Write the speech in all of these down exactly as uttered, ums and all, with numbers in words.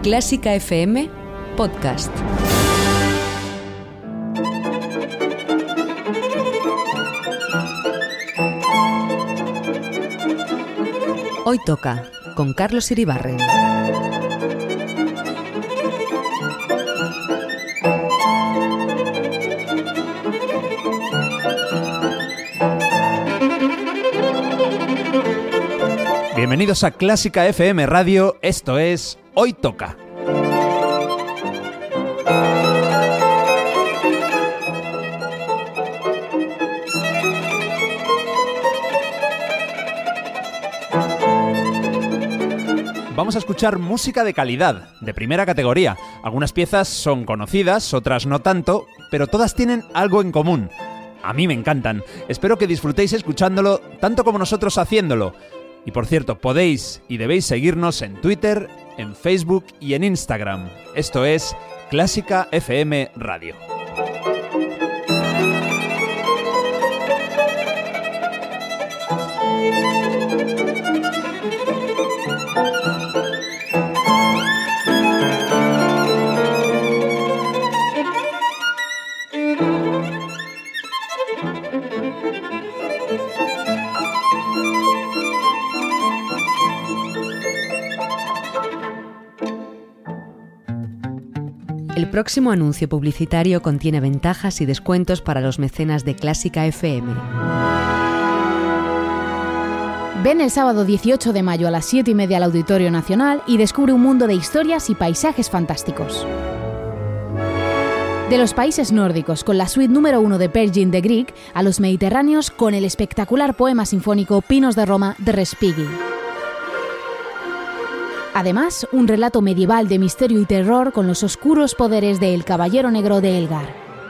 Clásica F M Podcast. Hoy toca con Carlos Iribarren. Bienvenidos a Clásica F M Radio, esto es Hoy Toca. Vamos a escuchar música de calidad, de primera categoría. Algunas piezas son conocidas, otras no tanto, pero todas tienen algo en común. A mí me encantan. Espero que disfrutéis escuchándolo tanto como nosotros haciéndolo. Y por cierto, podéis y debéis seguirnos en Twitter, en Facebook y en Instagram. Esto es Clásica F M Radio. El próximo anuncio publicitario contiene ventajas y descuentos para los mecenas de Clásica F M. Ven el sábado dieciocho de mayo a las siete y media al Auditorio Nacional y descubre un mundo de historias y paisajes fantásticos. De los países nórdicos, con la suite número uno de Peer Gynt the Greek, a los mediterráneos con el espectacular poema sinfónico Pinos de Roma de Respighi. Además, un relato medieval de misterio y terror con los oscuros poderes de El Caballero Negro de Elgar.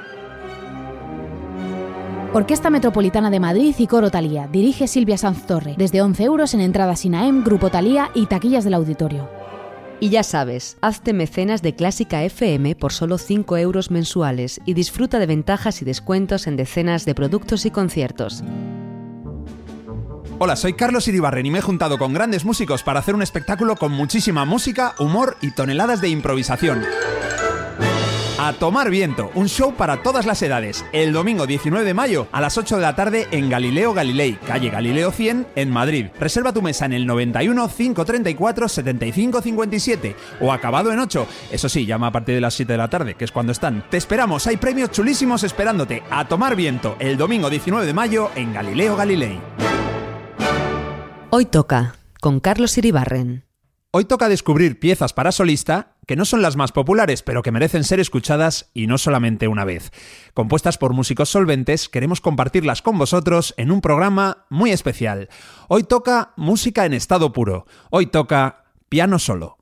Orquesta Metropolitana de Madrid y Coro Thalía. Dirige Silvia Sanz Torre. Desde once euros en entradas INAEM, Grupo Thalía y taquillas del auditorio. Y ya sabes, hazte mecenas de Clásica F M por solo cinco euros mensuales y disfruta de ventajas y descuentos en decenas de productos y conciertos. Hola, soy Carlos Iribarren y me he juntado con grandes músicos para hacer un espectáculo con muchísima música, humor y toneladas de improvisación. A tomar viento, un show para todas las edades, el domingo diecinueve de mayo a las ocho de la tarde en Galileo Galilei, calle Galileo cien, en Madrid. Reserva tu mesa en el noventa y uno, cinco treinta y cuatro, setenta y cinco cincuenta y siete o acabado en ocho. Eso sí, llama a partir de las siete de la tarde, que es cuando están. Te esperamos, hay premios chulísimos esperándote. A tomar viento, el domingo diecinueve de mayo en Galileo Galilei. Hoy toca con Carlos Iribarren. Hoy toca descubrir piezas para solista que no son las más populares, pero que merecen ser escuchadas y no solamente una vez. Compuestas por músicos solventes, queremos compartirlas con vosotros en un programa muy especial. Hoy toca música en estado puro. Hoy toca piano solo.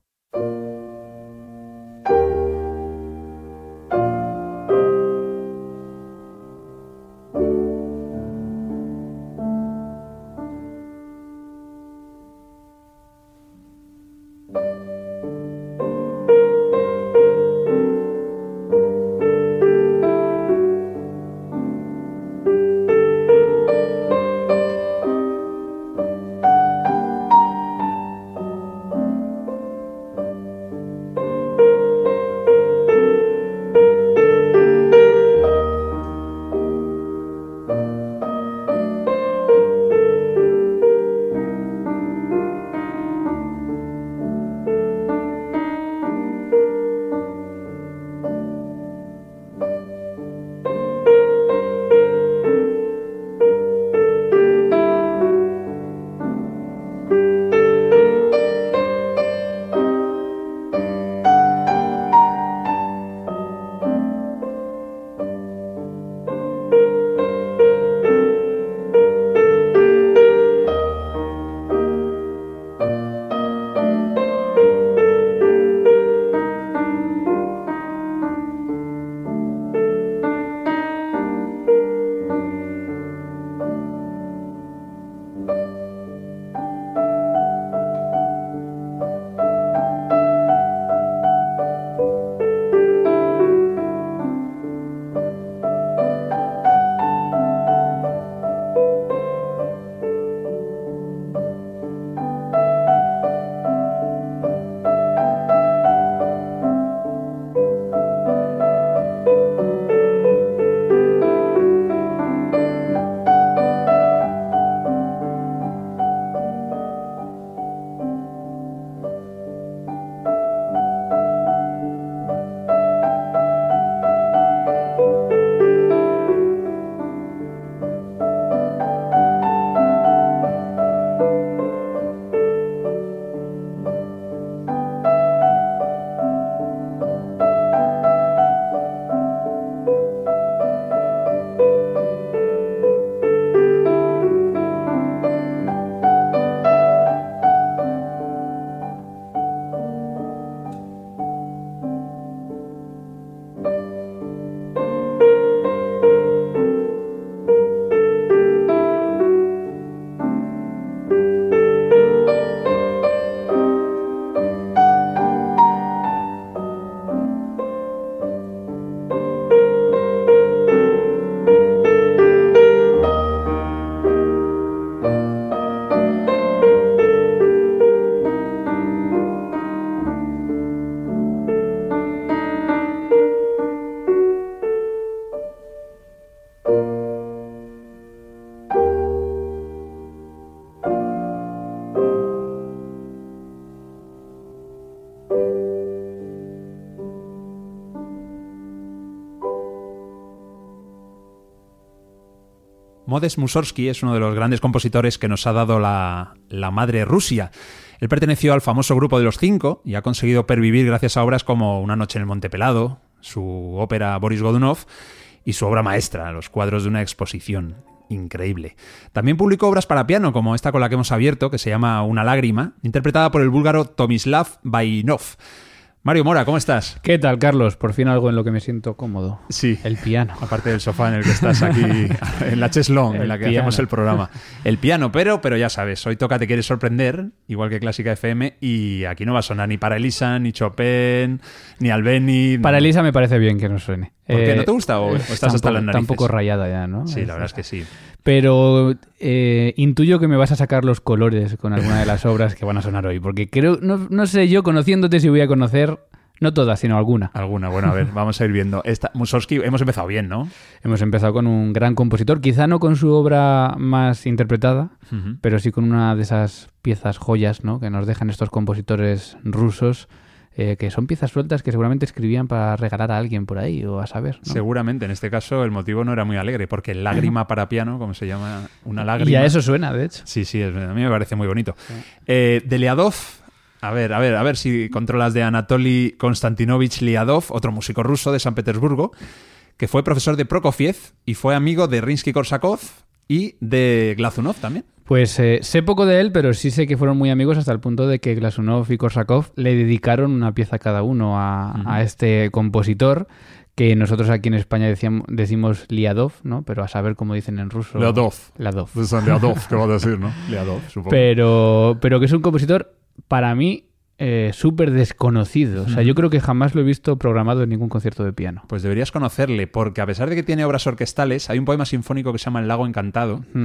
Modest Mussorgsky es uno de los grandes compositores que nos ha dado la, la madre Rusia. Él perteneció al famoso grupo de los Cinco y ha conseguido pervivir gracias a obras como Una noche en el Monte Pelado, su ópera Boris Godunov y su obra maestra, Los cuadros de una exposición. Increíble. También publicó obras para piano, como esta con la que hemos abierto, que se llama Una lágrima, interpretada por el búlgaro Tomislav Vainov. Mario Mora, ¿cómo estás? ¿Qué tal, Carlos? Por fin algo en lo que me siento cómodo. Sí. El piano. Aparte del sofá en el que estás aquí, en la Cheslong, en la que piano. hacemos el programa. El piano, pero, pero ya sabes, hoy toca Te quieres sorprender, igual que Clásica F M, y aquí no va a sonar ni para Elisa, ni Chopin, ni Albeni. Para Elisa me parece bien que no suene. ¿Por qué? Eh, ¿No te gusta o, o estás tampoco, hasta las narices? Está un poco rayada ya, ¿no? Sí, la verdad es que sí. Pero eh, intuyo que me vas a sacar los colores con alguna de las obras que van a sonar hoy, porque creo, no, no sé yo, conociéndote, si voy a conocer... No todas, sino alguna. Alguna, bueno, a ver, vamos a ir viendo. Esta, Mussorgsky, hemos empezado bien, ¿no? Hemos empezado con un gran compositor, quizá no con su obra más interpretada, uh-huh. pero sí con una de esas piezas joyas, ¿no?, que nos dejan estos compositores rusos, eh, que son piezas sueltas que seguramente escribían para regalar a alguien por ahí, o a saber, ¿no? Seguramente, en este caso el motivo no era muy alegre, porque Lágrima para piano, como se llama, una lágrima... Y a eso suena, de hecho. Sí, sí, a mí me parece muy bonito. Sí. Eh, de Liadov... A ver, a ver, a ver si controlas de Anatoly Konstantinovich Liadov, otro músico ruso de San Petersburgo, que fue profesor de Prokofiev y fue amigo de Rimsky-Korsakov y de Glazunov también. Pues eh, sé poco de él, pero sí sé que fueron muy amigos hasta el punto de que Glazunov y Korsakov le dedicaron una pieza cada uno a, uh-huh. a este compositor, que nosotros aquí en España decíamos, decimos Liadov, ¿no? Pero a saber cómo dicen en ruso. Liadov. Liadov. Pues Liadov, ¿qué va a decir, no? Liadov, supongo. Pero, pero que es un compositor... Para mí, eh, súper desconocido. O sea, yo creo que jamás lo he visto programado en ningún concierto de piano. Pues deberías conocerle, porque a pesar de que tiene obras orquestales, hay un poema sinfónico que se llama El lago encantado. Mm.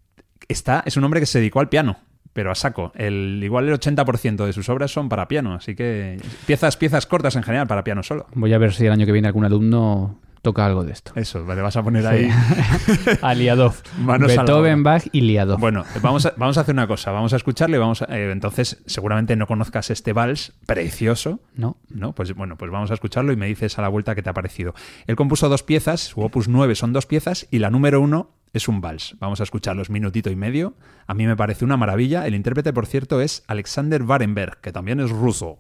Está, es un hombre que se dedicó al piano, pero a saco. El, igual el ochenta por ciento de sus obras son para piano, así que piezas, piezas cortas en general para piano solo. Voy a ver si el año que viene algún alumno... toca algo de esto. Eso, le vas a poner ahí... Sí. A Liadov. Beethoven, Bach y Liadov. Bueno, vamos a, vamos a hacer una cosa. Vamos a escucharle. Vamos a, eh, entonces, seguramente no conozcas este vals precioso. No. No, pues bueno, pues vamos a escucharlo y me dices a la vuelta qué te ha parecido. Él compuso dos piezas, su opus nueve son dos piezas y la número uno es un vals. Vamos a escucharlos minutito y medio. A mí me parece una maravilla. El intérprete, por cierto, es Alexander Varenberg, que también es ruso.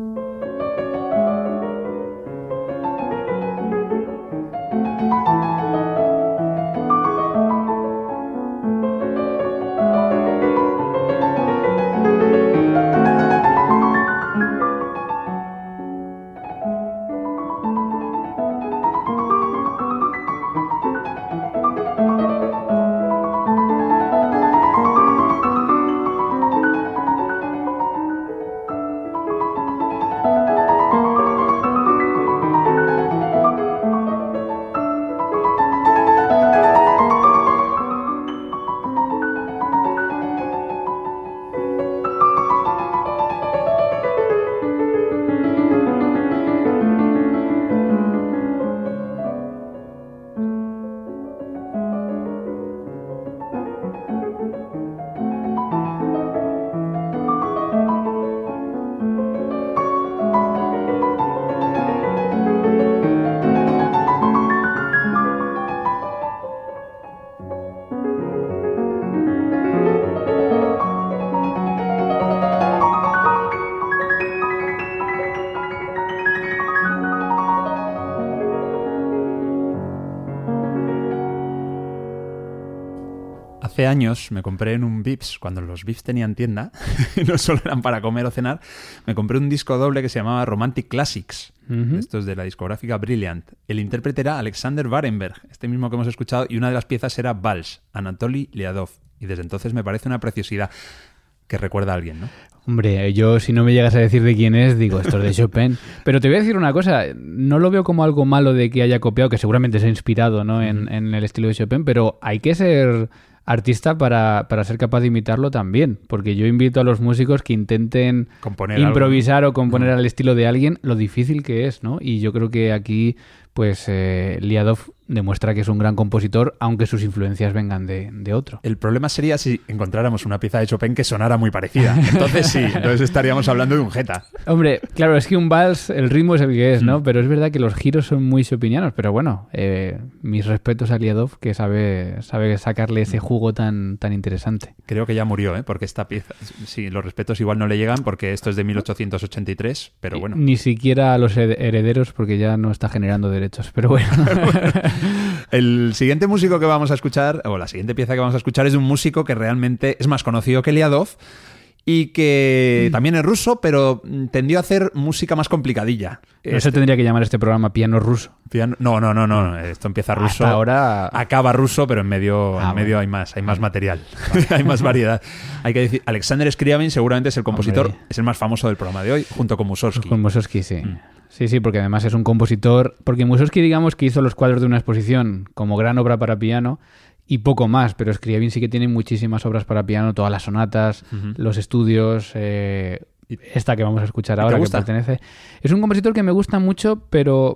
Hace años me compré en un Vips, cuando los Vips tenían tienda, no solo eran para comer o cenar, me compré un disco doble que se llamaba Romantic Classics, uh-huh. estos de la discográfica Brilliant. El intérprete era Alexander Varenberg, este mismo que hemos escuchado, y una de las piezas era Vals, Anatoly Liadov, y desde entonces me parece una preciosidad que recuerda a alguien, ¿no? Hombre, yo si no me llegas a decir de quién es, digo, esto es de Chopin. Pero te voy a decir una cosa, no lo veo como algo malo de que haya copiado, que seguramente se ha inspirado, ¿no? en, en el estilo de Chopin, pero hay que ser artista para, para ser capaz de imitarlo también, porque yo invito a los músicos que intenten componer improvisar algo. O componer uh-huh. al estilo de alguien, lo difícil que es, ¿no? Y yo creo que aquí pues eh, Liadov demuestra que es un gran compositor, aunque sus influencias vengan de, de otro. El problema sería si encontráramos una pieza de Chopin que sonara muy parecida. Entonces sí, entonces estaríamos hablando de un jeta. Hombre, claro, es que un vals, el ritmo es el que es, ¿no? Mm. Pero es verdad que los giros son muy chopinianos. Pero bueno, eh, mis respetos a Liadov, que sabe, sabe sacarle ese jugo tan, tan interesante. Creo que ya murió, ¿eh? Porque esta pieza, sí, los respetos igual no le llegan porque esto es de mil ochocientos ochenta y tres, pero bueno. Ni siquiera a los herederos porque ya no está generando derechos, pero bueno. El siguiente músico que vamos a escuchar, o la siguiente pieza que vamos a escuchar, es de un músico que realmente es más conocido que Liadov y que mm. también es ruso, pero tendió a hacer música más complicadilla. Eso este... tendría que llamar este programa Piano Ruso. Piano... No, no, no, no. Esto empieza ruso. Hasta ahora acaba ruso, pero en medio, ah, en medio bueno. hay más, hay más material, hay más variedad. Hay que decir, Alexander Scriabin seguramente es el compositor, Hombre. es el más famoso del programa de hoy, junto con Mussorgsky. Con Mussorgsky, sí. Mm. Sí, sí, porque además es un compositor... Porque Mussorgsky, digamos, que hizo los cuadros de una exposición como gran obra para piano y poco más, pero Scriabin sí que tiene muchísimas obras para piano, todas las sonatas, uh-huh. los estudios, eh, esta que vamos a escuchar ahora, que pertenece... Es un compositor que me gusta mucho, pero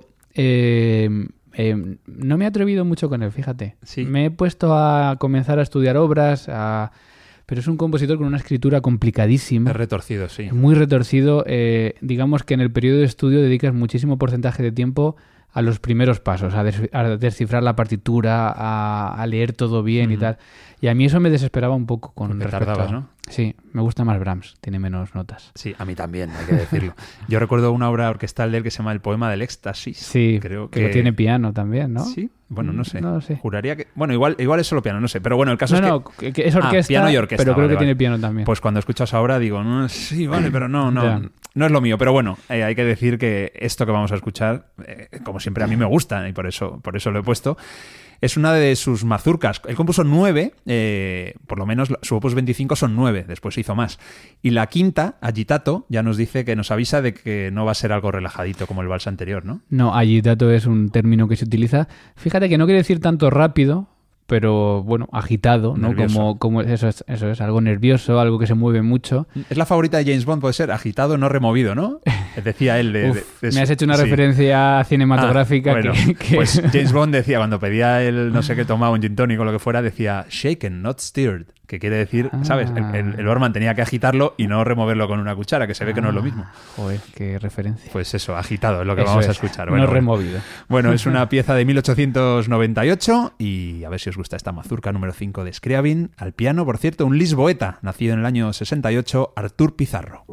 eh, eh, no me he atrevido mucho con él, fíjate. Sí. Me he puesto a comenzar a estudiar obras, a... pero es un compositor con una escritura complicadísima. Es retorcido, sí. Muy retorcido. Eh, digamos que en el periodo de estudio dedicas muchísimo porcentaje de tiempo a los primeros pasos, a, des- a descifrar la partitura, a, a leer todo bien uh-huh. y tal. Y a mí eso me desesperaba un poco con Porque respecto tardabas, a... ¿no? Sí, me gusta más Brahms, tiene menos notas. Sí, a mí también, hay que decirlo. Yo recuerdo una obra orquestal de él que se llama El poema del éxtasis. Sí, creo que... que tiene piano también, ¿no? Sí, bueno, no sé. No sé. Juraría que... Bueno, igual, igual es solo piano, no sé. Pero bueno, el caso no, es no, que... que es orquesta, ah, piano y orquesta, pero creo vale, que vale. tiene piano también. Pues cuando escuchas ahora digo, no, sí, vale, pero no, no, no es lo mío. Pero bueno, eh, hay que decir que esto que vamos a escuchar, eh, como siempre a mí me gusta y por eso, por eso lo he puesto, es una de sus mazurcas. Él compuso nueve, eh, por lo menos su opus veinticinco son nueve, después hizo más. Y la quinta, Agitato, ya nos dice que nos avisa de que no va a ser algo relajadito como el vals anterior, ¿no? No, agitato es un término que se utiliza. Fíjate que no quiere decir tanto rápido, pero bueno, agitado, ¿no? Nervioso. Como, como eso es, eso es, algo nervioso, algo que se mueve mucho. Es la favorita de James Bond, puede ser agitado, no removido, ¿no? Decía él. De, Uf, de, de, me has hecho una sí. referencia cinematográfica. Ah, bueno, que, que... pues James Bond decía, cuando pedía el no sé qué tomaba, un gin tonic o lo que fuera, decía shaken, not stirred. Que quiere decir, ah. ¿sabes? El, el, el barman tenía que agitarlo y no removerlo con una cuchara, que se ve ah. que no es lo mismo. Joder, qué referencia. Pues eso, agitado es lo que eso vamos es, a escuchar. Bueno, no removido. Bueno, es una pieza de mil ochocientos noventa y ocho y a ver si os gusta esta mazurca número cinco de Scriabin. Al piano, por cierto, un lisboeta, nacido en el año sesenta y ocho, Artur Pizarro.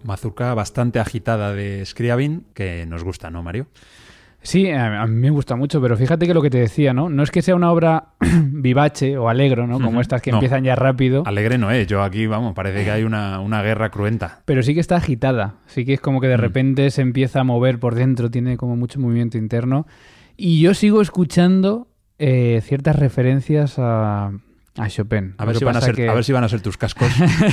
mazurca bastante agitada de Scriabin, que nos gusta, ¿no, Mario? Sí, a mí me gusta mucho, pero fíjate que lo que te decía, ¿no? No es que sea una obra vivace o alegro, ¿no? Como estas que no, empiezan ya rápido. Alegre no es, yo aquí, vamos, parece que hay una, una guerra cruenta. Pero sí que está agitada, sí que es como que de repente se empieza a mover por dentro, tiene como mucho movimiento interno. Y yo sigo escuchando eh, ciertas referencias a... A Chopin. A ver, si van a, ser, que... a ver si van a ser tus cascos.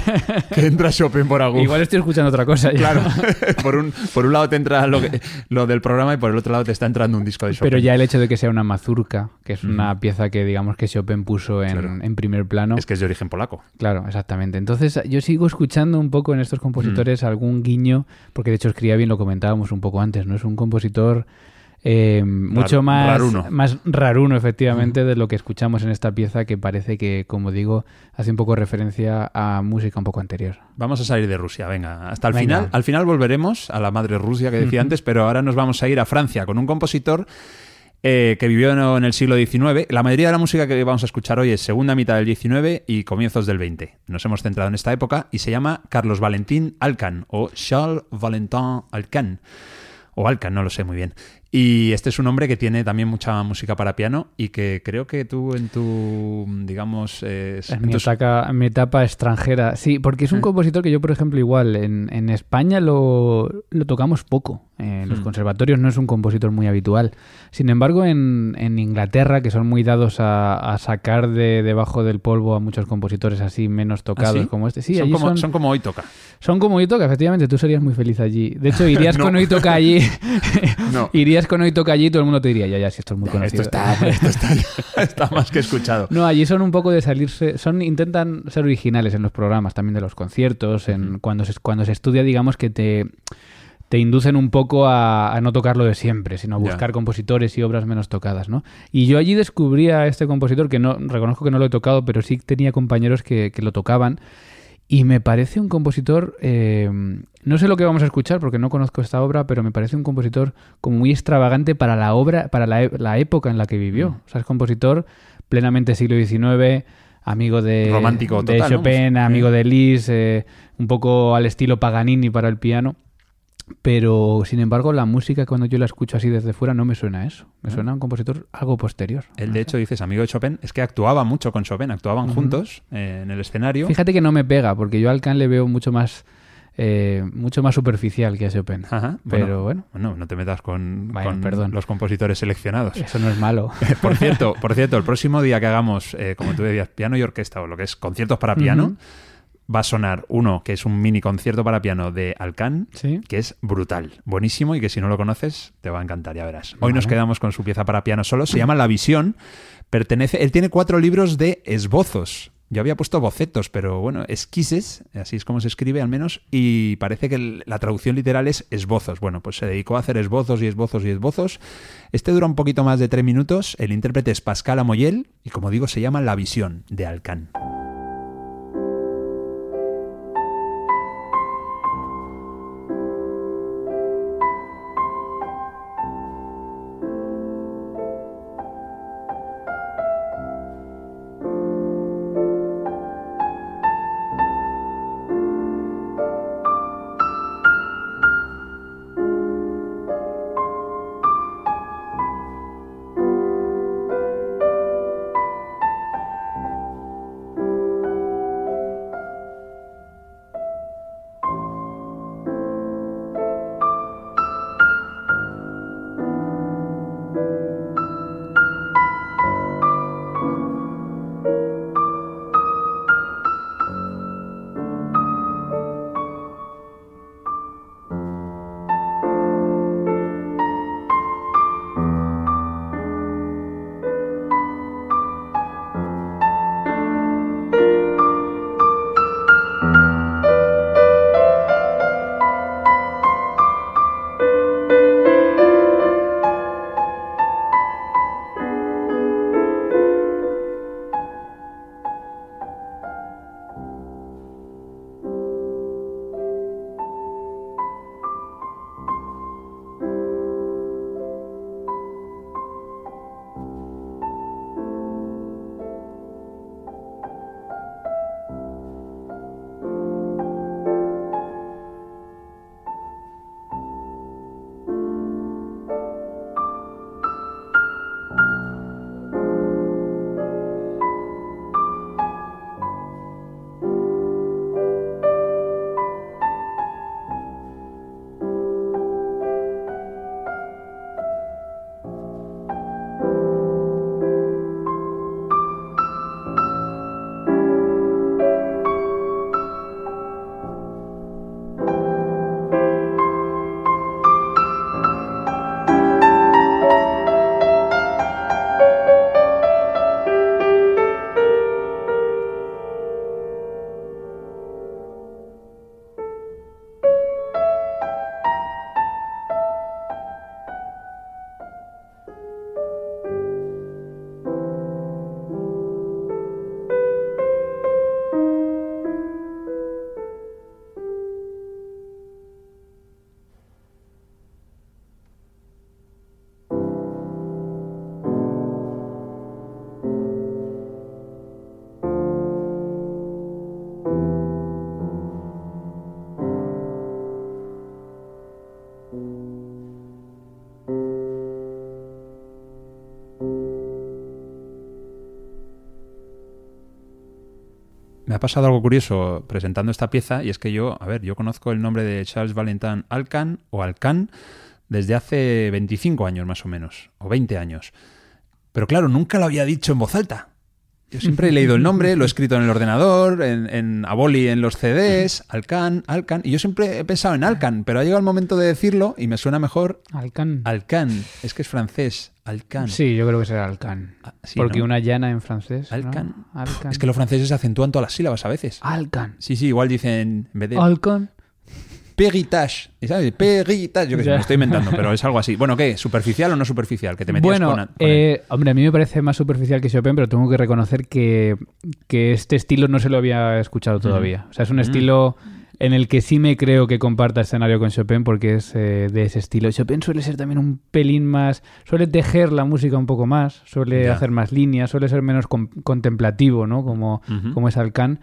Que entra Chopin por algún. Igual estoy escuchando otra cosa. Ya. Claro. por, un, por un lado te entra lo, que, lo del programa y por el otro lado te está entrando un disco de Chopin. Pero ya el hecho de que sea una mazurca, que es mm. una pieza que digamos que Chopin puso en, claro. en primer plano. Es que es de origen polaco. Claro, exactamente. Entonces yo sigo escuchando un poco en estos compositores mm. algún guiño, porque de hecho Scriabin lo comentábamos un poco antes, ¿no? Es un compositor... Eh, mucho más raruno. más raruno, efectivamente, uh-huh. de lo que escuchamos en esta pieza, que parece que, como digo, hace un poco referencia a música un poco anterior. Vamos a salir de Rusia, venga, hasta el venga. final. Al final volveremos a la madre Rusia que decía uh-huh. antes, pero ahora nos vamos a ir a Francia con un compositor eh, que vivió en el siglo diecinueve. La mayoría de la música que vamos a escuchar hoy es segunda mitad del diecinueve y comienzos del veinte. Nos hemos centrado en esta época y se llama Carlos Valentin Alcan o Charles Valentin Alcan. O Alcan, no lo sé muy bien. Y este es un hombre que tiene también mucha música para piano y que creo que tú en tu, digamos... Eh, en, en, mi tus... ataca, en mi etapa extranjera. Sí, porque es un compositor que yo, por ejemplo, igual en, en España lo, lo tocamos poco. En los hmm. conservatorios no es un compositor muy habitual. Sin embargo, en, en Inglaterra, que son muy dados a, a sacar de debajo del polvo a muchos compositores así menos tocados ¿Ah, sí? como este. Sí, son, allí como, son, son como Hoy Toca. Son como Hoy Toca, efectivamente. Tú serías muy feliz allí. De hecho, irías no. con Hoy Toca allí. no. Irías con Hoy Toca allí y todo el mundo te diría, ya, ya, si esto es muy ya, conocido. Esto está, esto está, está más que escuchado. No, allí son un poco de salirse, son intentan ser originales en los programas, también de los conciertos, en uh-huh. cuando se cuando se estudia, digamos que te te inducen un poco a, a no tocar lo de siempre, sino a buscar yeah. compositores y obras menos tocadas, ¿no? Y yo allí descubrí a este compositor, que no reconozco que no lo he tocado, pero sí tenía compañeros que, que lo tocaban, y me parece un compositor, eh, no sé lo que vamos a escuchar porque no conozco esta obra, pero me parece un compositor como muy extravagante para la obra, para la, la época en la que vivió. Mm. O sea, es compositor plenamente siglo diecinueve, amigo de, romántico de total, Chopin, ¿no? amigo de Liszt, eh, un poco al estilo Paganini para el piano. Pero, sin embargo, la música cuando yo la escucho así desde fuera no me suena a eso. Me suena a un compositor algo posterior. Él, de hecho, dices amigo de Chopin, es que actuaba mucho con Chopin, actuaban uh-huh. juntos eh, en el escenario. Fíjate que no me pega, porque yo a Alcan le veo mucho más eh, mucho más superficial que a Chopin. Ajá. Pero bueno, bueno. Bueno, no te metas con, Vaya, con perdón. los compositores seleccionados. Eso no es malo. por cierto, por cierto, el próximo día que hagamos, eh, como tú decías, piano y orquesta, o lo que es conciertos para piano... Uh-huh. Va a sonar uno que es un mini concierto para piano de Alcan, ¿sí? que es brutal, buenísimo y que si no lo conoces te va a encantar, ya verás. Hoy vale. nos quedamos con su pieza para piano solo, se llama La Visión, pertenece, él tiene cuatro libros de esbozos. Yo había puesto bocetos, pero bueno, esquises, así es como se escribe al menos, y parece que la traducción literal es esbozos. Bueno, pues se dedicó a hacer esbozos y esbozos y esbozos. Este dura un poquito más de tres minutos, el intérprete es Pascal Amoyel y como digo se llama La Visión de Alcan. me ha pasado algo curioso presentando esta pieza, y es que yo, a ver, yo conozco el nombre de Charles Valentin Alkan o Alkan desde hace veinticinco años más o menos, o veinte años. Pero claro, nunca lo había dicho en voz alta. Yo siempre he leído el nombre, lo he escrito en el ordenador, en, en a boli en los C Ds, Alkan, Alkan, y yo siempre he pensado en Alkan, pero ha llegado el momento de decirlo y me suena mejor Alkan. Alkan, es que es francés, Alkan. Sí, yo creo que será Alkan. Ah, sí, porque ¿no? una llana en francés. Alkan. ¿no? Alkan. Es que los franceses acentúan todas las sílabas a veces. Alkan. Sí, sí, igual dicen en vez de Alkan. Peritage, ¿sabes? Peritage, yo que sé, me estoy inventando, pero es algo así. Bueno, ¿qué? ¿Superficial o no superficial? Que te metías bueno, con, con eh, hombre, a mí me parece más superficial que Chopin, pero tengo que reconocer que, que este estilo no se lo había escuchado todavía. Mm. O sea, es un mm. estilo en el que sí me creo que comparta escenario con Chopin porque es eh, de ese estilo. Chopin suele ser también un pelín más... Suele tejer la música un poco más, suele yeah. hacer más líneas, suele ser menos com- contemplativo, ¿no? Como, uh-huh. como es Alkan.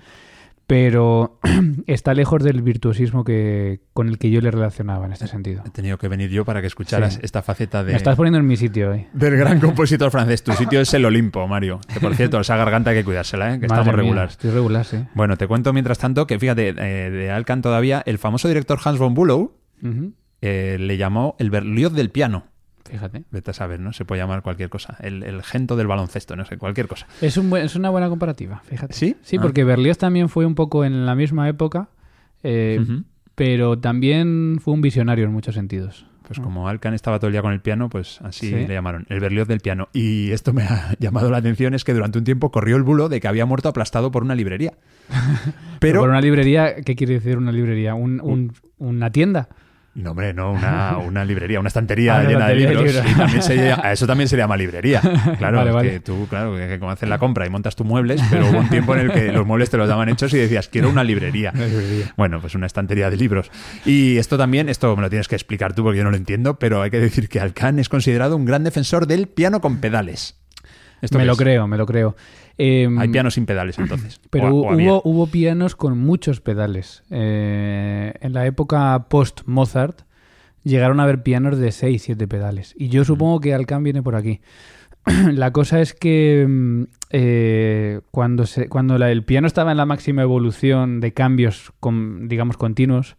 Pero está lejos del virtuosismo que, con el que yo le relacionaba en este sentido. He tenido que venir yo para que escucharas sí. esta faceta de... Me estás poniendo en mi sitio hoy. Del gran compositor francés. Tu sitio es el Olimpo, Mario. Que por cierto, esa garganta hay que cuidársela, ¿eh? Que Madre estamos mía, regular. Estoy regular, sí. Bueno, te cuento mientras tanto que, fíjate, eh, de Alkan todavía, el famoso director Hans von Bülow uh-huh. eh, le llamó el Berlioz del piano. Fíjate. Vete a saber, ¿no? Se puede llamar cualquier cosa. El, el Gento del baloncesto, no sé, cualquier cosa. Es, un buen, es una buena comparativa, fíjate. ¿Sí? Sí, ah. porque Berlioz también fue un poco en la misma época, eh, uh-huh. pero también fue un visionario en muchos sentidos. Pues como Alkan estaba todo el día con el piano, pues así ¿Sí? le llamaron, el Berlioz del piano. Y esto me ha llamado la atención, es que durante un tiempo corrió el bulo de que había muerto aplastado por una librería. Pero, pero por una librería, ¿qué quiere decir una librería? ¿Un, un, ¿Una tienda? No, hombre, no, una, una librería, una estantería ah, llena de libros. De libros. Y también se llama, a eso también se llama librería. Claro, vale, vale. que tú, claro, que, que como haces la compra y montas tus muebles, pero hubo un tiempo en el que los muebles te los daban hechos y decías, quiero una librería. Una librería. Bueno, pues una estantería de libros. Y esto también, esto me lo tienes que explicar tú porque yo no lo entiendo, pero hay que decir que Alkan es considerado un gran defensor del piano con pedales. ¿Esto me lo es? creo, me lo creo. Eh, Hay pianos sin pedales, entonces. Pero o, o hubo, hubo pianos con muchos pedales. Eh, en la época post-Mozart llegaron a haber pianos de seis, siete pedales. Y yo supongo que Alkan viene por aquí. La cosa es que eh, cuando, se, cuando la, el piano estaba en la máxima evolución de cambios, con, digamos, continuos,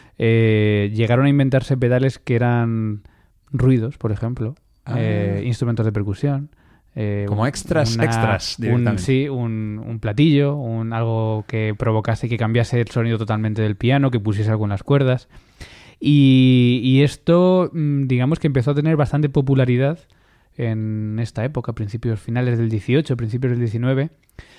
eh, llegaron a inventarse pedales que eran ruidos, por ejemplo, ah. eh, instrumentos de percusión. Eh, Como extras, una, extras un, sí, un, un platillo, un, algo que provocase que cambiase el sonido totalmente del piano, que pusiese algo en las cuerdas. Y, y esto, digamos que empezó a tener bastante popularidad en esta época, principios finales del dieciocho, principios del diecinueve,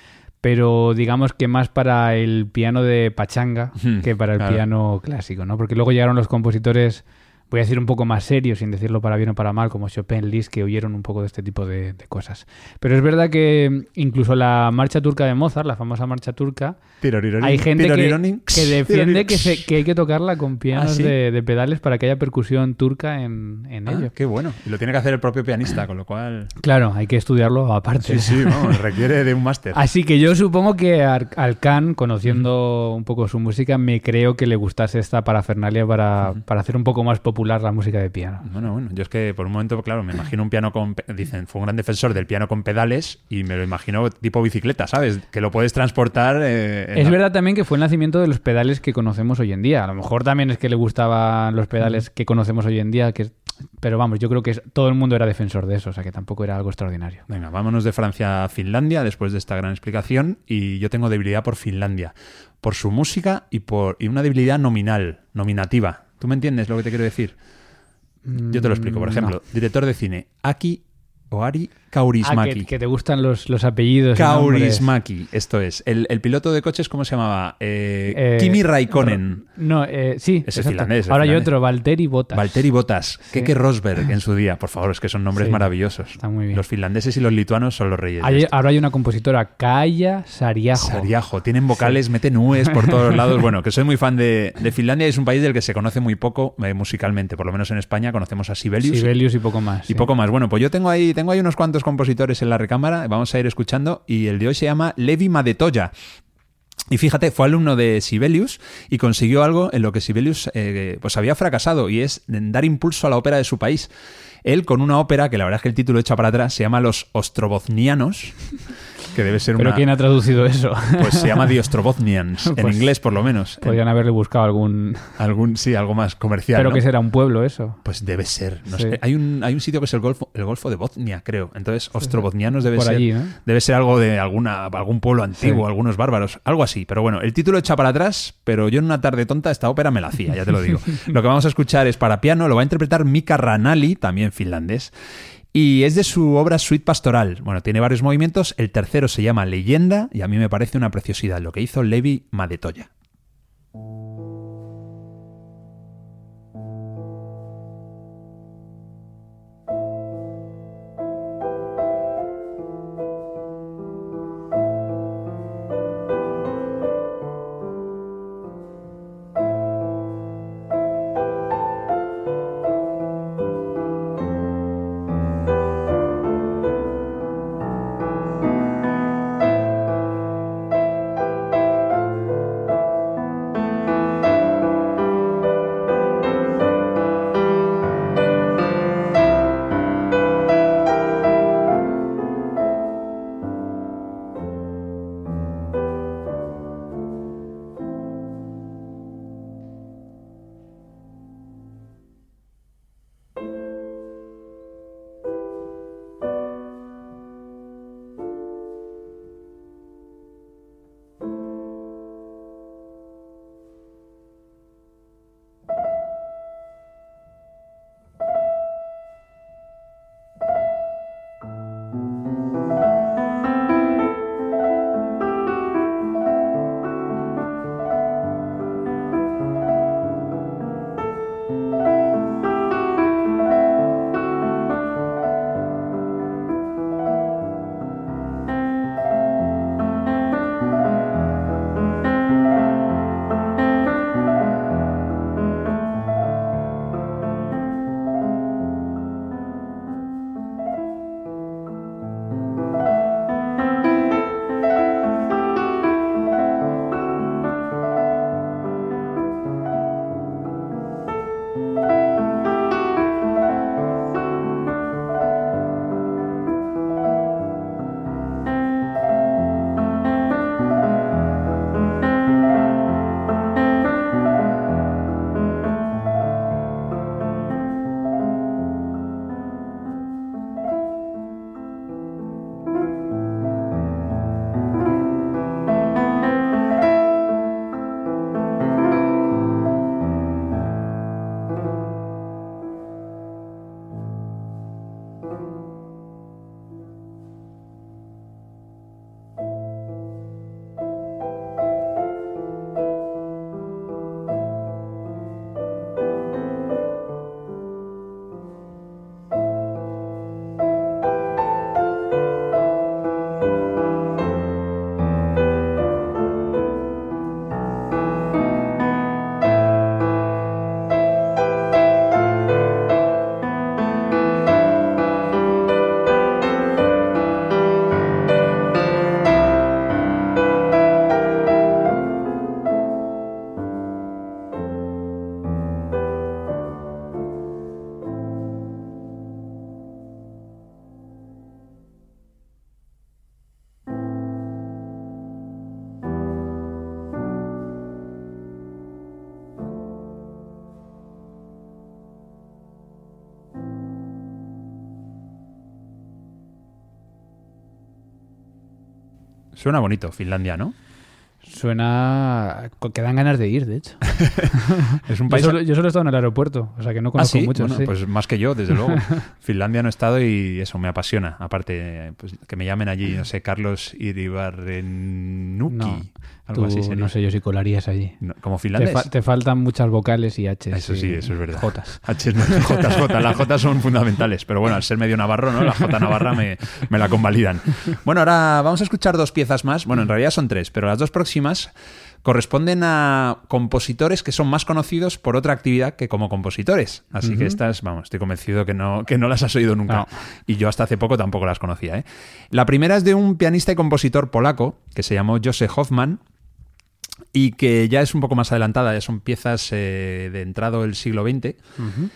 pero digamos que más para el piano de pachanga hmm, que para el claro. piano clásico, ¿no? Porque luego llegaron los compositores, voy a decir un poco más serios, sin decirlo para bien o para mal, como Chopin, Liszt, que huyeron un poco de este tipo de, de cosas. Pero es verdad que incluso la marcha turca de Mozart, la famosa marcha turca, hay gente que, que defiende que, se, que hay que tocarla con pianos ¿Ah, sí? de, de pedales para que haya percusión turca en, en ah, ello. Qué bueno. Y lo tiene que hacer el propio pianista, con lo cual... Claro, hay que estudiarlo aparte. Sí, sí, vamos, requiere de un máster. Así que yo supongo que Alkan, conociendo un poco su música, me creo que le gustase esta parafernalia para, uh-huh. para hacer un poco más popular la música de piano. Bueno, bueno, yo es que por un momento, claro, me imagino un piano con... Dicen, fue un gran defensor del piano con pedales y me lo imagino tipo bicicleta, ¿sabes? Que lo puedes transportar... Eh, es la... verdad también que fue el nacimiento de los pedales que conocemos hoy en día. A lo mejor también es que le gustaban los pedales uh-huh. que conocemos hoy en día, que... pero vamos, yo creo que todo el mundo era defensor de eso, o sea que tampoco era algo extraordinario. Venga, vámonos de Francia a Finlandia después de esta gran explicación, y yo tengo debilidad por Finlandia, por su música y por y una debilidad nominal, nominativa. ¿Tú me entiendes lo que te quiero decir? Yo te lo explico. Por ejemplo, no. Director de cine, Aki Oari Kaurismäki. Ah, que, que te gustan los, los apellidos. Kaurismäki, esto es. El, el piloto de coches, ¿cómo se llamaba? Eh, eh, Kimi Raikkonen. No, eh, sí. Ese es finlandés. Ahora finlandés. hay otro, Valtteri Bottas. Valtteri Bottas. Sí. Keke Rosberg en su día. Por favor, es que son nombres sí, maravillosos. Está muy bien. Los finlandeses y los lituanos son los reyes. Hay, ahora hay una compositora, Kaija Saariaho. Saariaho. Tienen vocales, sí. meten ues por todos lados. Bueno, que soy muy fan de, de Finlandia. Es un país del que se conoce muy poco eh, musicalmente. Por lo menos en España conocemos a Sibelius. Sibelius y, y poco más. Y sí. poco más. Bueno, pues yo tengo ahí, tengo ahí unos cuantos compositores en la recámara, vamos a ir escuchando, y el de hoy se llama Levi Madetoya. Y fíjate, fue alumno de Sibelius y consiguió algo en lo que Sibelius eh, pues había fracasado, y es dar impulso a la ópera de su país. Él con una ópera, que la verdad es que el título echa para atrás, se llama Los Ostroboznianos, que debe ser ¿Pero una... quién ha traducido eso? Pues se llama The Ostrobotnians, en Pues inglés por lo menos. Podrían haberle buscado algún... algún Sí, algo más comercial, ¿Pero ¿no? que será un pueblo eso? Pues debe ser, no Sí. sé. Hay un, hay un sitio que es el Golfo, el Golfo de Botnia, creo. Entonces, Ostrobotnianos debe Por ser allí, ¿no? debe ser algo de alguna algún pueblo antiguo, Sí. algunos bárbaros, algo así. Pero bueno, el título echa para atrás, pero yo en una tarde tonta esta ópera me la hacía, ya te lo digo. Lo que vamos a escuchar es para piano, lo va a interpretar Mika Ranalli, también finlandés. Y es de su obra Suite Pastoral. Bueno, tiene varios movimientos. El tercero se llama Leyenda y a mí me parece una preciosidad lo que hizo Levi Madetoya. Suena bonito, Finlandia, ¿no? Suena... que dan ganas de ir, de hecho. Es un país... Yo solo, yo solo he estado en el aeropuerto, o sea que no conozco ¿Ah, sí? mucho. Bueno, sí. pues más que yo, desde luego. Finlandia no he estado y eso me apasiona. Aparte, pues, que me llamen allí, no sé, Carlos Iribarrenuki. No, algo tú, así sería. no sé yo si colarías allí. No, ¿como Te, finlandés? fa- te faltan muchas vocales y H. Eso sí, eso es verdad. Jotas. H, no, Jotas, Jotas. Las Jotas son fundamentales, pero bueno, al ser medio navarro, ¿no? La Jota navarra me, me la convalidan. Bueno, ahora vamos a escuchar dos piezas más. Bueno, en realidad son tres, pero las dos próximas corresponden a compositores que son más conocidos por otra actividad que como compositores. Así uh-huh. que estas, vamos, estoy convencido que no, que no las has oído nunca. No. Y yo hasta hace poco tampoco las conocía, ¿eh? La primera es de un pianista y compositor polaco que se llamó Józef Hoffman y que ya es un poco más adelantada, ya son piezas eh, de entrado del siglo veinte. Uh-huh.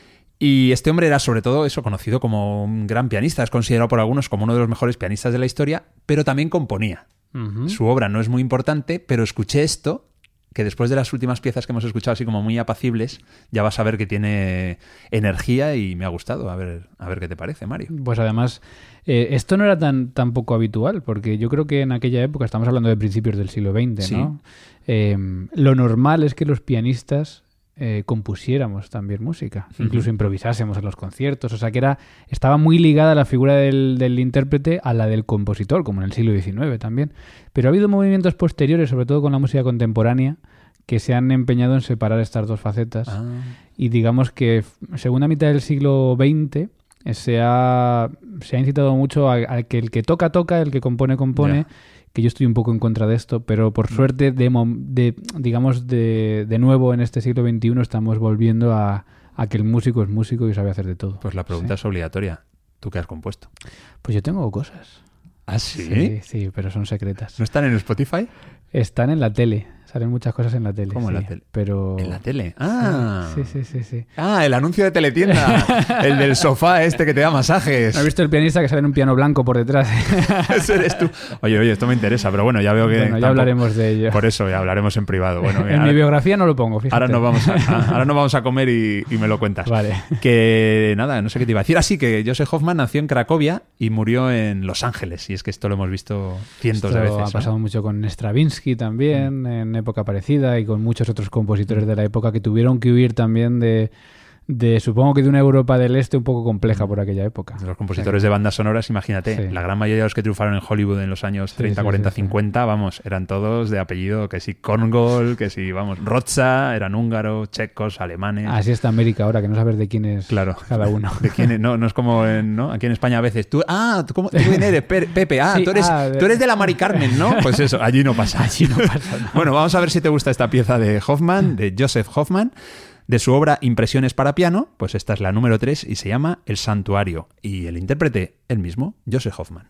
Y este hombre era sobre todo eso, conocido como un gran pianista, es considerado por algunos como uno de los mejores pianistas de la historia, pero también componía. Uh-huh. Su obra no es muy importante, pero escuché esto, que después de las últimas piezas que hemos escuchado así como muy apacibles, ya vas a ver que tiene energía y me ha gustado. A ver, a ver qué te parece, Mario. Pues además, eh, esto no era tan, tan poco habitual, porque yo creo que en aquella época, estamos hablando de principios del siglo veinte, sí. ¿no? Eh, lo normal es que los pianistas Eh, compusiéramos también música, uh-huh. incluso improvisásemos en los conciertos, o sea que era estaba muy ligada la figura del, del intérprete a la del compositor, como en el siglo diecinueve también, pero ha habido movimientos posteriores, sobre todo con la música contemporánea, que se han empeñado en separar estas dos facetas ah. y digamos que segunda mitad del siglo veinte se ha, se ha incitado mucho a, a que el que toca, toca, el que compone, compone, yeah. que yo estoy un poco en contra de esto, pero por suerte, de, de digamos, de, de nuevo en este siglo veintiuno estamos volviendo a, a que el músico es músico y sabe hacer de todo. Pues la pregunta ¿sí? es obligatoria. ¿Tú qué has compuesto? Pues yo tengo cosas. ¿Ah, sí? Sí, sí, pero son secretas. ¿No están en Spotify? Están en la tele. Salen muchas cosas en la tele. ¿Cómo sí, en la tele? Pero... ¿En la tele? Ah. Sí, sí, sí, sí. Ah, el anuncio de Teletienda. El del sofá este que te da masajes. ¿No has visto el pianista que sale en un piano blanco por detrás? Ese eres tú. Oye, oye, esto me interesa, pero bueno, ya veo que... Bueno, ya tampoco... hablaremos de ello. Por eso, ya hablaremos en privado. Bueno, en ahora... mi biografía no lo pongo, fíjate. Ahora nos vamos a, ahora nos vamos a comer y, y me lo cuentas. Vale. Que nada, no sé qué te iba a decir. Así que Joseph Hoffman nació en Cracovia y murió en Los Ángeles. Y es que esto lo hemos visto cientos esto de veces. Ha pasado ¿no? mucho con Stravinsky también, mm. en época parecida, y con muchos otros compositores de la época que tuvieron que huir también de, de supongo que de una Europa del Este un poco compleja por aquella época. Los compositores sí. de bandas sonoras, imagínate, sí. la gran mayoría de los que triunfaron en Hollywood en los años treinta, sí, sí, cuarenta, sí, cincuenta, sí. vamos, eran todos de apellido, que si Korngold, que si, vamos, Rocha, eran húngaros, checos, alemanes. Así está América ahora, que no sabes de quién es claro. cada uno. De quién es, no, no es como en, ¿no? Aquí en España a veces, tú, ah, ¿tú, cómo, ¿tú quién eres? Pepe, ah, sí, tú, eres, ah de... tú eres de la Mari Carmen, ¿no? Pues eso, allí no pasa. Allí no pasa, no. Bueno, vamos a ver si te gusta esta pieza de Hoffman, de Joseph Hoffman. De su obra Impresiones para piano, pues esta es la número tres y se llama El Santuario. Y el intérprete, el mismo, Joseph Hoffman.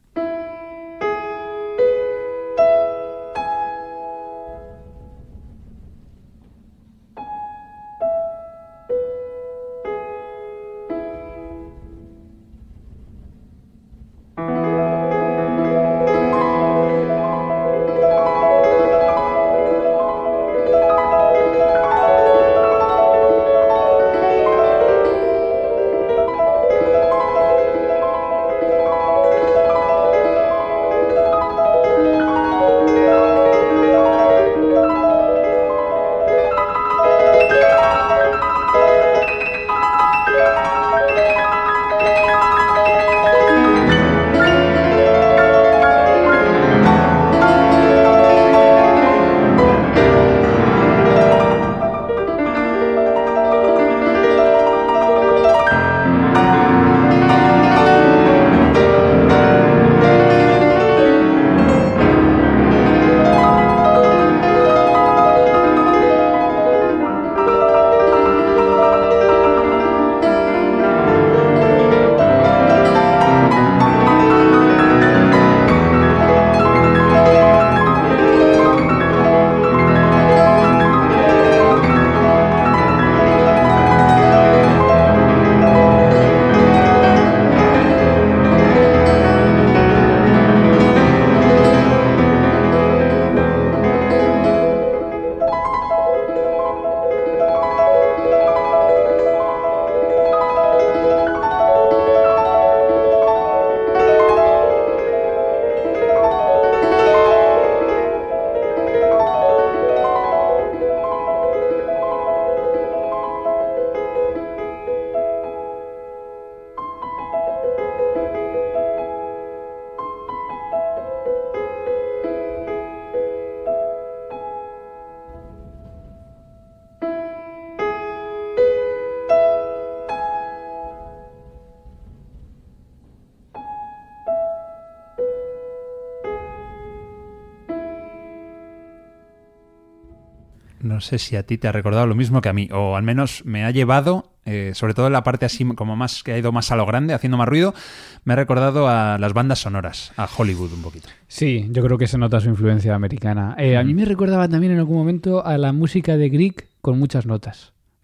No sé si a ti te ha recordado lo mismo que a mí, o al menos me ha llevado, eh, sobre todo en la parte así como más que ha ido más a lo grande, haciendo más ruido, me ha recordado a las bandas sonoras, a Hollywood un poquito. Sí, yo creo que se nota su influencia americana. Eh, mm. A mí me recordaba también en algún momento a la música de Grieg con muchas notas.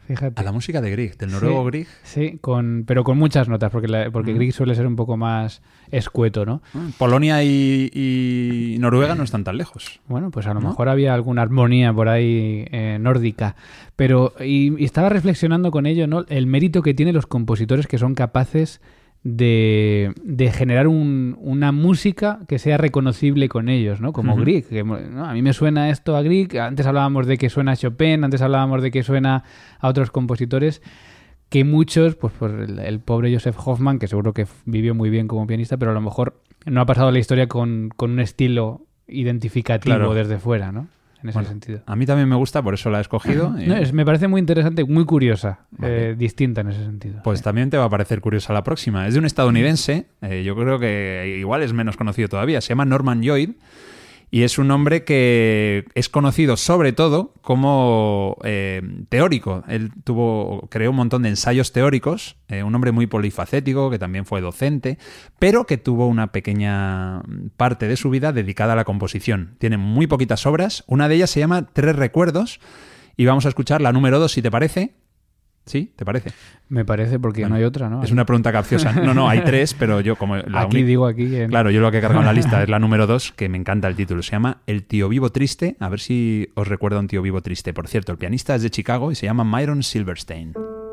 fíjate. A la música de Grieg, del noruego sí, Grieg. Sí, con, pero con muchas notas, porque, la, porque mm. Grieg suele ser un poco más escueto, ¿no? Polonia y, y Noruega no están tan lejos. Bueno, pues a lo ¿no? mejor había alguna armonía por ahí eh, nórdica. Pero, y, y estaba reflexionando con ello, ¿no? El mérito que tienen los compositores que son capaces de, de generar un, una música que sea reconocible con ellos, ¿no? Como uh-huh. Grieg. Que, ¿no? A mí me suena esto a Grieg. Antes hablábamos de que suena a Chopin, antes hablábamos de que suena a otros compositores, que muchos, pues por el, el pobre Joseph Hoffman, que seguro que vivió muy bien como pianista, pero a lo mejor no ha pasado la historia con, con un estilo identificativo claro. desde fuera, ¿no? En ese bueno, sentido. A mí también me gusta, por eso la he escogido. Y... No, es, me parece muy interesante, muy curiosa, vale. eh, distinta en ese sentido. Pues sí. También te va a parecer curiosa la próxima. Es de un estadounidense, eh, yo creo que igual es menos conocido todavía, se llama Norman Lloyd, y es un hombre que es conocido sobre todo como eh, teórico. Él tuvo, creó un montón de ensayos teóricos, eh, un hombre muy polifacético, que también fue docente, pero que tuvo una pequeña parte de su vida dedicada a la composición. Tiene muy poquitas obras, una de ellas se llama Tres Recuerdos, y vamos a escuchar la número dos, si te parece. ¿Sí? ¿Te parece? Me parece, porque bueno, no hay otra, ¿no? Es una pregunta capciosa. No, no, hay tres, pero yo como... La aquí única... digo aquí... En... Claro, yo lo que he cargado en la lista es la número dos, que me encanta el título. Se llama El tío vivo triste. A ver si os recuerda un tío vivo triste. Por cierto, el pianista es de Chicago y se llama Myron Silverstein.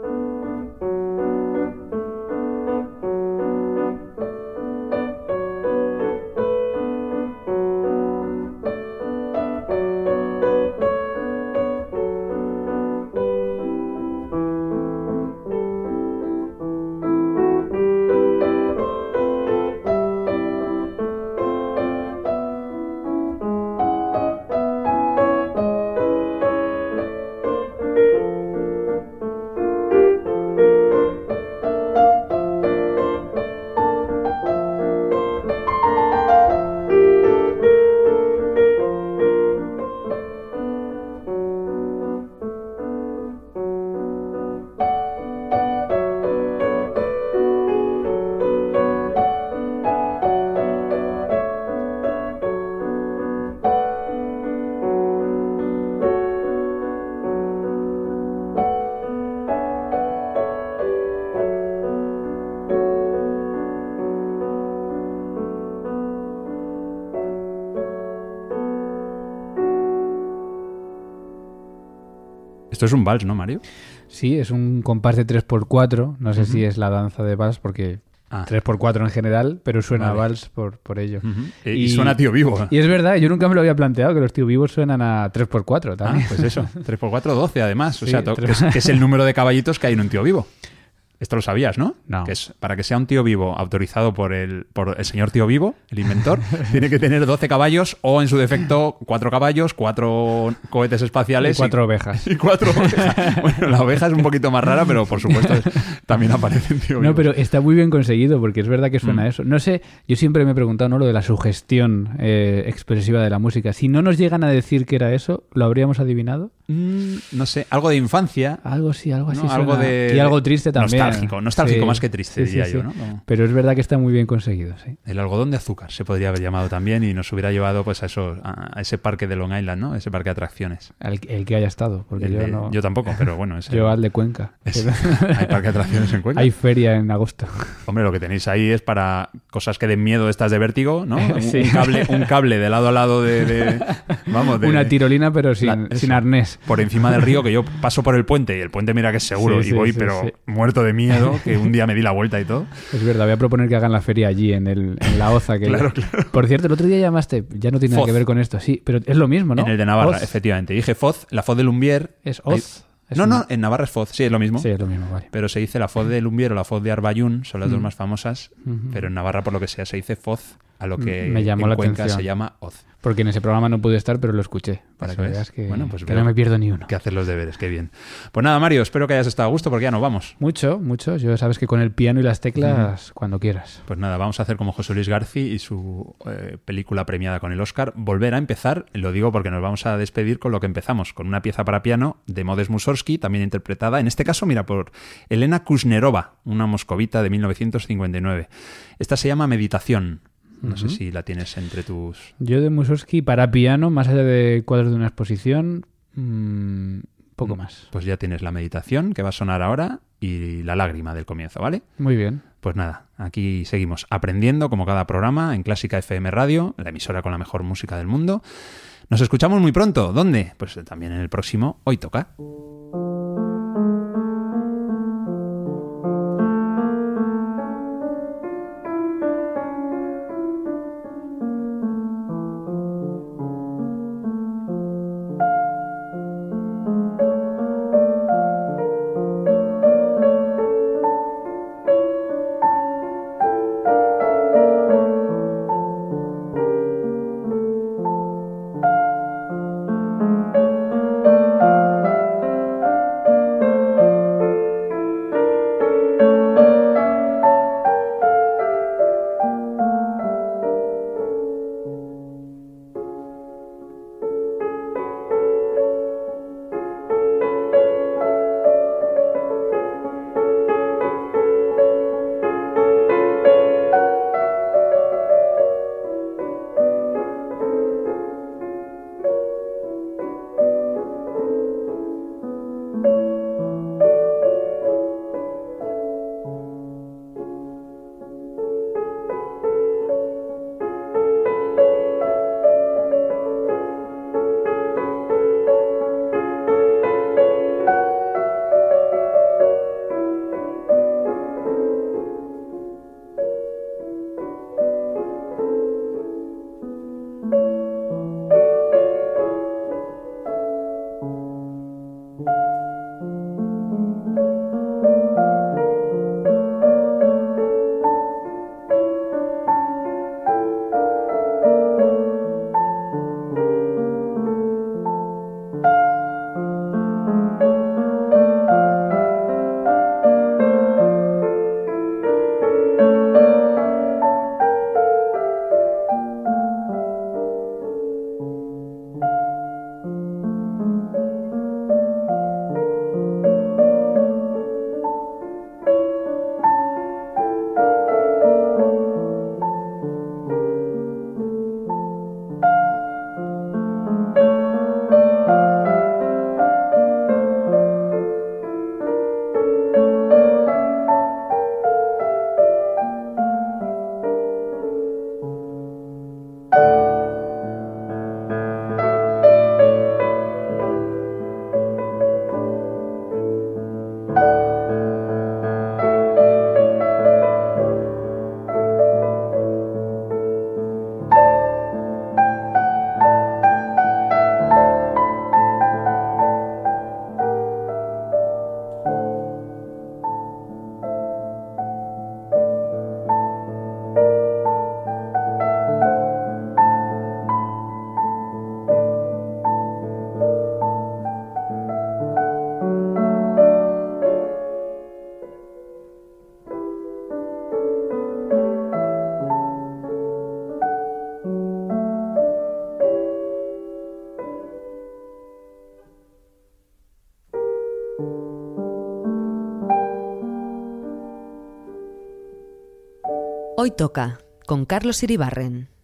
Esto es un vals, ¿no, Mario? Sí, es un compás de tres por cuatro. No sé uh-huh. si es la danza de vals, porque ah. tres por cuatro en general, pero suena vale. a vals por, por ello. Uh-huh. Y, y suena a tío vivo. Y es verdad, yo nunca me lo había planteado, que los tío vivos suenan a tres por cuatro también. Ah, pues eso, tres por cuatro, doce además. O sí, sea, to- que, es, que es el número de caballitos que hay en un tío vivo. Esto lo sabías, ¿no? No. Que es para que sea un tío vivo autorizado por el, por el señor tío vivo, el inventor, tiene que tener doce caballos o, en su defecto, cuatro caballos, cuatro cohetes espaciales. Y cuatro y, ovejas. Y cuatro ovejas. Bueno, la oveja es un poquito más rara, pero por supuesto también aparece en tío vivo. No, pero está muy bien conseguido porque es verdad que suena mm. eso. No sé, yo siempre me he preguntado, ¿no? Lo de la sugestión eh, expresiva de la música. Si no nos llegan a decir que era eso, ¿lo habríamos adivinado? Mm, no sé, algo de infancia. Algo sí, algo así. No, algo de, y algo triste también. Nostálgico, nostálgico sí, más que triste, sí, diría sí, yo, sí. ¿no? Como... Pero es verdad que está muy bien conseguido, sí. El algodón de azúcar se podría haber llamado también y nos hubiera llevado pues a eso, a ese parque de Long Island, ¿no? Ese parque de atracciones. El, el que haya estado, porque el yo de, no... Yo tampoco, pero bueno. Es yo el... al de Cuenca. Es... ¿Hay parque de atracciones en Cuenca? Hay feria en agosto. Hombre, lo que tenéis ahí es para cosas que den miedo, estas de vértigo, ¿no? Sí. Un, cable, un cable de lado a lado de... de... Vamos, de... Una tirolina, pero sin, La... sin arnés. Por encima del río, que yo paso por el puente y el puente mira que es seguro sí, y sí, voy, sí, pero sí. muerto de miedo, que un día me di la vuelta y todo. Es verdad, voy a proponer que hagan la feria allí, en, el, en la Oza. Que claro, claro. Por cierto, el otro día llamaste, ya no tiene Foz. Nada que ver con esto, sí, pero es lo mismo, ¿no? En el de Navarra, Oz. Efectivamente. Dije Foz, la Foz de Lumbier. ¿Es Oz? Hay... No, una... no, en Navarra es Foz, sí, es lo mismo. Sí, es lo mismo, vale. Pero se dice la Foz de Lumbier o la Foz de Arbayún, son las mm. dos más famosas, mm-hmm. pero en Navarra, por lo que sea, se dice Foz, a lo que me llamó en la Cuenca atención. se llama Oz. Porque en ese programa no pude estar, pero lo escuché. Para Eso que es. veas que, bueno, pues que no me pierdo ni uno. Que hacer los deberes, qué bien. Pues nada, Mario, espero que hayas estado a gusto porque ya nos vamos. Mucho, mucho. Yo sabes que con el piano y las teclas, mm. cuando quieras. Pues nada, vamos a hacer como José Luis García y su eh, película premiada con el Oscar. Volver a empezar, lo digo porque nos vamos a despedir con lo que empezamos, con una pieza para piano de Modest Mussorgsky, también interpretada, en este caso, mira, por Elena Kushnerova, una moscovita de mil novecientos cincuenta y nueve. Esta se llama Meditación. No uh-huh. sé si la tienes entre tus... Yo de Mussorgsky para piano, más allá de cuadros de una exposición, mmm, Poco más. Pues ya tienes la meditación que va a sonar ahora y la lágrima del comienzo, ¿vale? Muy bien. Pues nada, aquí seguimos aprendiendo como cada programa en Clásica F M Radio, la emisora con la mejor música del mundo. Nos escuchamos muy pronto. ¿Dónde? Pues también en el próximo Hoy Toca. Hoy Toca, con Carlos Iribarren.